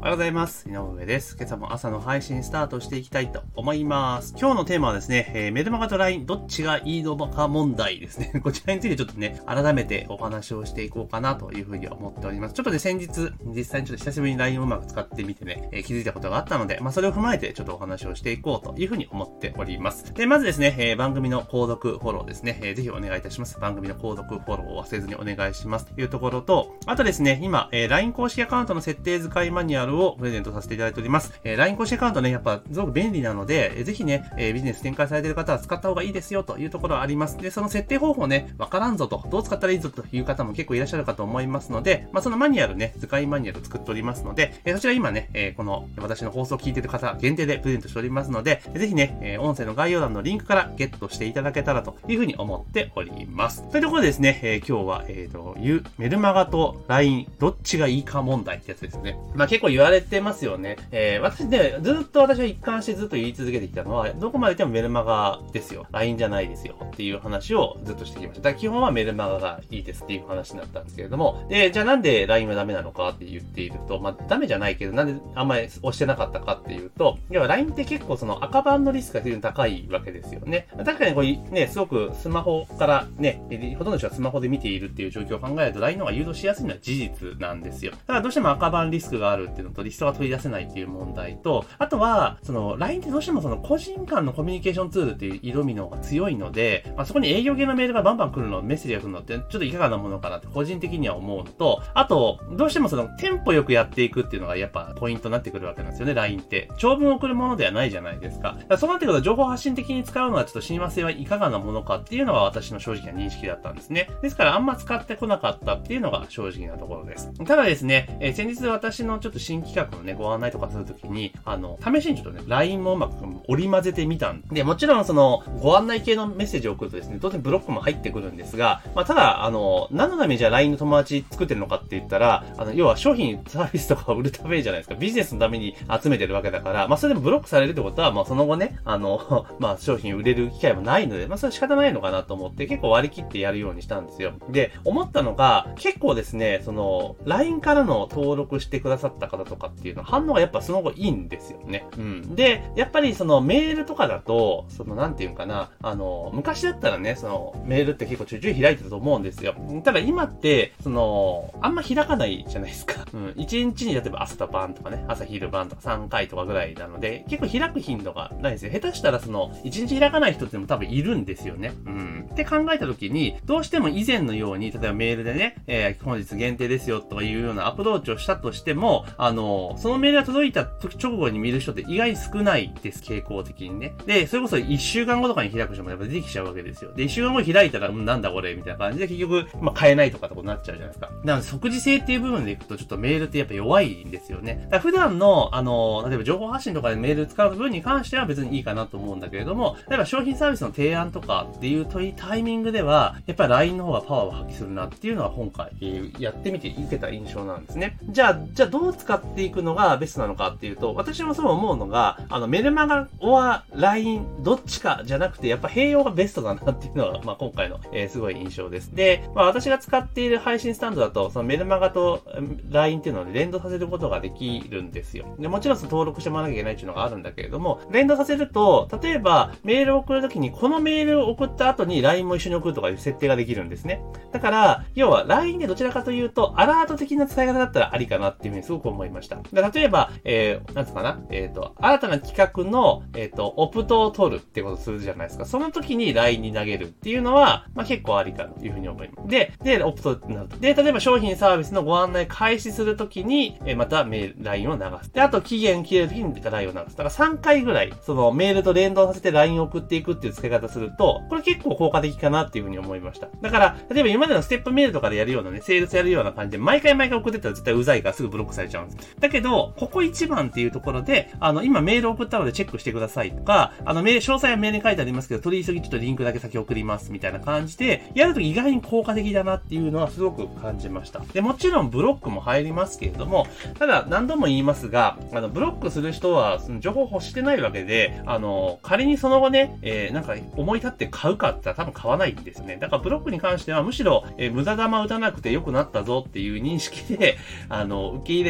おはようございます。井上です。今朝も朝の配信スタートしていきたいと思います。今日のテーマはですね、メルマガと LINE どっちがいいのか問題ですね。こちらについてちょっとね、改めてお話をしていこうかなというふうに思っております。ちょっとね、先日、実際にちょっと久しぶりに LINE をうまく使ってみてね、気づいたことがあったので、それを踏まえてちょっとお話をしていこうというふうに思っております。で、まずですね、番組の購読フォローですね、ぜひお願いいたします。番組の購読フォローを忘れずにお願いしますというところと、あとですね、今、LINE 公式アカウントの設定使いマニュアルをプレゼントさせていただいております。LINE 公式アカウントね、やっぱすごく便利なので、ぜひね、ビジネス展開されている方は使った方がいいですよというところはあります。で、その設定方法ね、わからんぞと、どう使ったらいいぞという方も結構いらっしゃるかと思いますので、そのマニュアルね、使いマニュアルを作っておりますので、そちら今ね、この私の放送を聞いている方限定でプレゼントしておりますので、ぜひね、音声の概要欄のリンクからゲットしていただけたらというふうに思っております。というところでですね、今日は、メルマガと LINE どっちがいいか問題ってやつですね。結構言われてますよね。私ね、ずっと私は一貫してずっと言い続けてきたのは、どこまででもメルマガですよ。LINE じゃないですよ。っていう話をずっとしてきました。だから基本はメルマガがいいですっていう話になったんですけれども、で、じゃあなんで LINE はダメなのかって言っていると、ダメじゃないけど、なんであんまり押してなかったかっていうと、要は LINE って結構その赤番のリスクが非常に高いわけですよね。確かにこれね、すごくスマホからね、ほとんどの人はスマホで見ているっていう状況を考えると LINE の方が誘導しやすいのは事実なんですよ。だからどうしても赤番リスクがあるっていうのとリストが取り出せないっていう問題と、あとは、その LINE ってどうしてもその個人間のコミュニケーションツールっていう色味の方が強いので、そこに営業系のメールがバンバン来るの、メッセージが来るのってちょっといかがなものかなって個人的には思うのと、あと、どうしてもそのテンポよくやっていくっていうのがやっぱポイントになってくるわけなんですよね、LINE って。長文を送るものではないじゃないですか。だからそうなってくると情報発信的に使うのはちょっと親和性はいかがなものかっていうのが私の正直な認識だったんですね。ですからあんま使ってこなかったっていうのが正直なところです。ただですね、先日私のちょっと新企画のね、ご案内とかするときに、試しにちょっとね、LINE もうまく織り交ぜてみたんで、もちろんその、ご案内系のメッセージを送るとですね、当然ブロックも入ってくるんですが、ただ、何のためにじゃあ LINE の友達作ってるのかって言ったら、要は商品、サービスとかを売るためじゃないですか。ビジネスのために集めてるわけだから、それでもブロックされるってことは、その後ね、商品売れる機会もないので、それは仕方ないのかなと思って結構割り切ってやるようにしたんですよ。で、思ったのが、結構ですね、その、LINE からの登録してくださった方とかっていうの反応がやっぱその後いいんですよね。で、やっぱりそのメールとかだと、そのなんていうんかな、昔だったらね、そのメールって結構ちょいちょい開いてたと思うんですよ。ただ今って、その、あんま開かないじゃないですか。1日に例えば朝と晩とかね、朝昼晩とか3回とかぐらいなので、結構開く頻度がないですよ。下手したらその、1日開かない人っても多分いるんですよね。って考えたときに、どうしても以前のように、例えばメールでね、本日限定ですよとかいうようなアプローチをしたとしても、そのメールが届いた時直後に見る人って意外に少ないです、傾向的にね。で、それこそ1週間後とかに開く人もやっぱ出てきちゃうわけですよ。で、1週間後に開いたら、なんだこれみたいな感じで結局、買えないとかってことになっちゃうじゃないですか。なので、即時性っていう部分でいくと、ちょっとメールってやっぱ弱いんですよね。だから普段の、例えば情報発信とかでメール使う部分に関しては別にいいかなと思うんだけれども、例えば商品サービスの提案とかっていうタイミングでは、やっぱり LINE の方がパワーを発揮するなっていうのは今回、やってみて受けた印象なんですね。じゃあどう使っていくのがベストなのかっていうと、私もそう思うのが、メルマガは LINE どっちかじゃなくて、やっぱ併用がベストだなっていうのが、今回の、すごい印象です。で、私が使っている配信スタンドだと、そのメルマガと LINE っていうのを連動させることができるんですよ。で、もちろんその登録してもらわなきゃいけないっていうのがあるんだけれども、連動させると、例えばメールを送るときに、このメールを送った後に LINE も一緒に送るとかいう設定ができるんですね。だから、要は LINE でどちらかというと、アラート的な使い方だったらありかなっていうふうにすごく思いました。で例えば、なんつうかな、新たな企画の、オプトを取るってことをするじゃないですか。その時に LINE に投げるっていうのは、結構ありかというふうに思います。で、オプトになると。で、例えば商品サービスのご案内開始するときに、またLINE を流す。で、あと期限切れるときに LINE を流す。だから3回ぐらい、そのメールと連動させて LINE を送っていくっていう使い方すると、これ結構効果的かなっていうふうに思いました。だから、例えば今までのステップメールとかでやるようなね、セールスやるような感じで、毎回送ってったら絶対うざいからすぐブロックされちゃうんです。だけど、ここ一番っていうところで、今メール送ったのでチェックしてくださいとか、詳細はメールに書いてありますけど、取り急ぎちょっとリンクだけ先送りますみたいな感じで、やると意外に効果的だなっていうのはすごく感じました。で、もちろんブロックも入りますけれども、ただ何度も言いますが、ブロックする人はその情報を欲してないわけで、仮にその後ね、なんか思い立って買うかって言ったら多分買わないんですね。だからブロックに関してはむしろ、無駄玉打たなくて良くなったぞっていう認識で、受け入れた方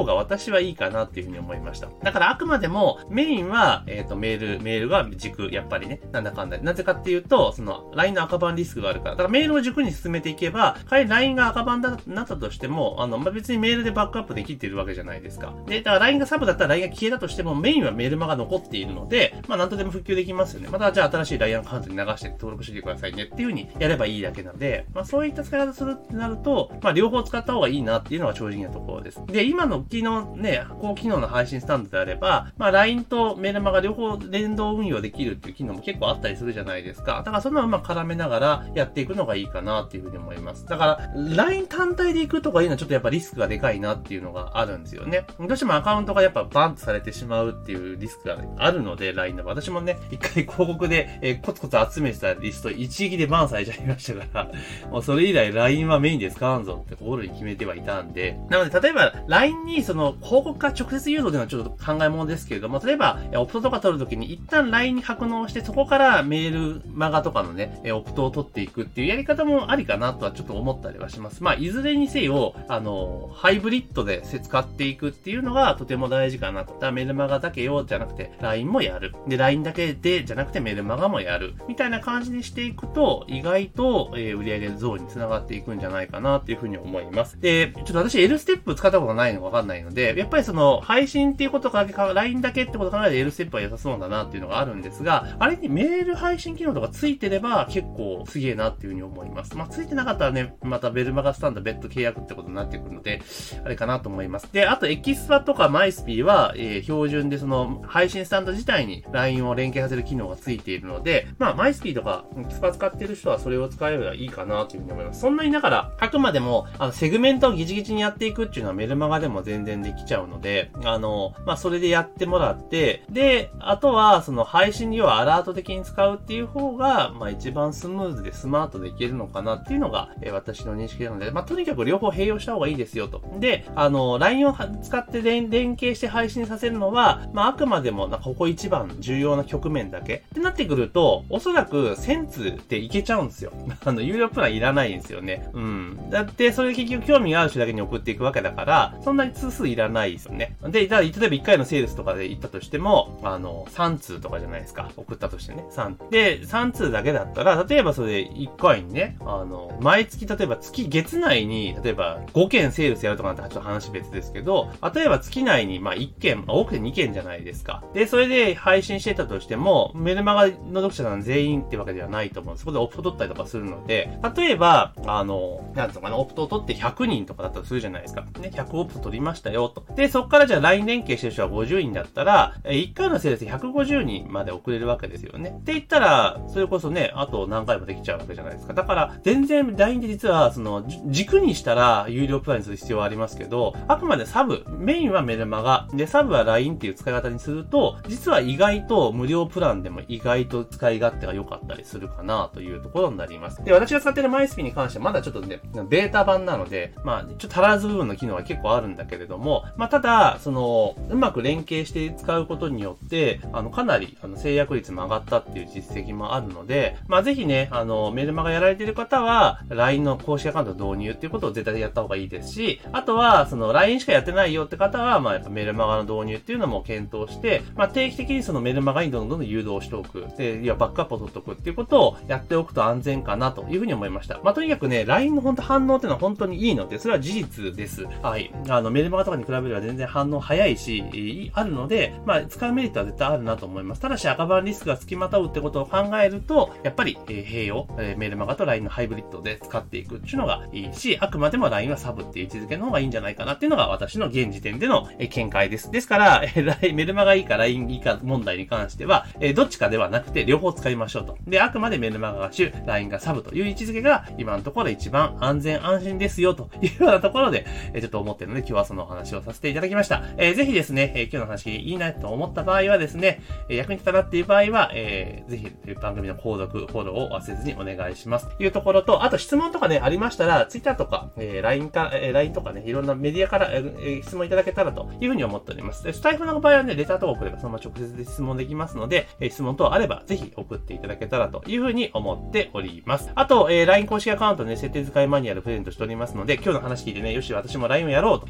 が私はいいかなっていうふうに思いました。だからあくまでもメインは、メールが軸、やっぱりね、なんだかんだ。なぜかっていうと、その LINE の赤番リスクがあるから。だからメールを軸に進めていけば、仮に LINE が赤番だなったとしても、別にメールでバックアップできているわけじゃないですか。で、だから LINE がサブだったら LINE が消えたとしても、メインはメールマが残っているので、なんとでも復旧できますよね。またじゃあ新しい LINE アカウントに流して登録してくださいねっていう風にやればいいだけなので、そういった使い方するってなると、両方使った方がいいなっていうのが正直なところです。で、今の機能ね、高機能の配信スタンドであれば、LINE とメルマが両方連動運用できるっていう機能も結構あったりするじゃないですか。だからそのまま絡めながらやっていくのがいいかなっていう風に思います。だから、LINE 単体で行くとかいうのはちょっとやっぱリスクがでかいなっていうのがあるんですよね。どうしてもアカウントがやっぱバンとされてしまうっていうリスクがあるので、LINE の私もね、一回広告で、コツコツ集めてたリスト一撃でバンされちゃいましたから、もうそれ以来 LINE はメインで使わんぞって心に決めてはいたんで、なので例えば LINE にその広告から直接誘導というのはちょっと考え物ですけれども、例えばオプトとか取るときに一旦 LINE に格納してそこからメールマガとかのね、オプトを取っていくっていうやり方もありかなとはちょっと思ったりはします。いずれにせよ、ハイブリッドで使っていくっていうのがとても大事かなと。だからメルマガだけよじゃなくて LINE もやる。で、LINE だけでじゃなくてメルマガもやる。みたいな感じにしていくと、意外と、売上増につながっていくんじゃないかなっていうふうに思います。で、ちょっと私 L ステップ使ったことないのわかんないので、やっぱりその配信っていうことか LINE だけってことを考えて L ステップは良さそうだなっていうのがあるんですが、あれにメール配信機能とかついてれば結構すげえなっていうふうに思います。ついてなかったらね、またメルマガスタンド別途契約ってことになってくるので、あれかなと思います。で、あとエキスパとかマイスピーは、標準でその配信スタンド自体に LINE を連携させる機能がついているので、マイスピーとかエキスパ使ってる人はそれを使えればいいかなというふうに思います。そんなにだから、あくまでも、セグメントをギチギチにやっていくっていうのはメルマガでも全然できちゃうので、それでやってもらって、で、あとは、その配信にはアラート的に使うっていう方が、一番スムーズでスマートでいけるのかなっていうのが、私の認識なので、とにかく両方併用した方がいいですよと。で、LINE を使って連携して配信させるのは、あくまでも、ここ一番重要な局面だけ。ってなってくると、おそらく1000通でいけちゃうんですよ。有料プランいらないんですよね。だって、それ結局興味がある人だけに送っていくわけだから、そんなに通数いらないですよね。で、例えば1回のセールスとかで行ったとしても、3通とかじゃないですか。送ったとしてね。で、3通だけだったら、例えばそれ1回にね、毎月、例えば月内に、例えば5件セールスやるとかなんてちょっと話別ですけど、例えば月内に1件、多くて2件じゃないですか。で、それで配信してたとしても、メルマガの読者さん全員ってわけではないと思うんです。そこでオプト取ったりとかするので、例えば、なんとかな、オプトを取って100人とかだったとするじゃないですか。ね、100オプト取りましたよ、と。で、そこからじゃあ LINE 連携してる人は50人だったら、1回のセールスで150人まで送れるわけですよね。って言ったら、それこそね、あと何回もできちゃうわけじゃないですか。だから、全然 LINE で実は、軸にしたら有料プランにする必要はありますけど、あくまでサブ、メインはメルマガ、で、サブは LINE っていう使い方にすると、実は意外と無料プランでも意外と使い勝手が良かったりするかなというところになります。で、私が使ってるマイスピに関してはまだちょっとね、ベータ版なので、ちょっと足らず部分の機能は結構あるんだけれども、ただ、うまく連携して使うことによって、かなり、制約率も上がったっていう実績もあるので、ぜひね、メルマガやられてる方は、LINE の公式アカウント導入っていうことを絶対やった方がいいですし、あとは、LINE しかやってないよって方は、やっぱメルマガの導入っていうのも検討して、定期的にそのメルマガにどんどん誘導しておく。で、バックアップを取っておくっていうことをやっておくと安全かなというふうに思いました。とにかくね、LINE の反応っていうのは本当にいいので、それは事実です。はい。メルマガとかに比べれば全然反応早いし、あるので、使うメリットは絶対あるなと思います。ただし赤番リスクが付きまとうってことを考えると、やっぱり、併用、メルマガと LINE のハイブリッドで使っていくっていうのがいいし、あくまでも LINE はサブっていう位置づけの方がいいんじゃないかなっていうのが私の現時点での見解です。ですから、メルマガいいか LINE いいか問題に関しては、どっちかではなくて両方使いましょうと。で、あくまでメルマガが主、LINE がサブという位置づけが今のところ一番安全安心ですよというようなところで、ちょっと思ってるので今日はそのお話をさせていただきました。ぜひですね、今日の話いいなと思った場合はですね、役に立ったなっていう場合は、ぜひ番組の購読、フォローを忘れずにお願いします。というところと、あと質問とかね、ありましたら、Twitter とか、LINE とかね、いろんなメディアから、質問いただけたらというふうに思っております。でスタイフの場合はね、レターとか送ればそのまま直接で質問できますので、質問等あればぜひ送っていただけたらというふうに思っております。あと、LINE 公式アカウントね、設定使いマニュアルプレゼントしておりますので、今日の話聞いてね、よし、私も LINE をやろうというふうに思って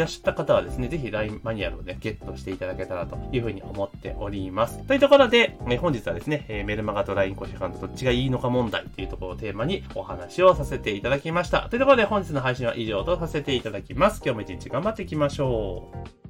らっしゃった方はですね、ぜひ LINE マニュアルをね、ゲットしていただけたらというふうに思っております。というところで、本日はですね、メルマガと LINE 公式アカウントどっちがいいのか問題というところをテーマにお話をさせていただきました。というところで本日の配信は以上とさせていただきます。今日も一日頑張っていきましょう。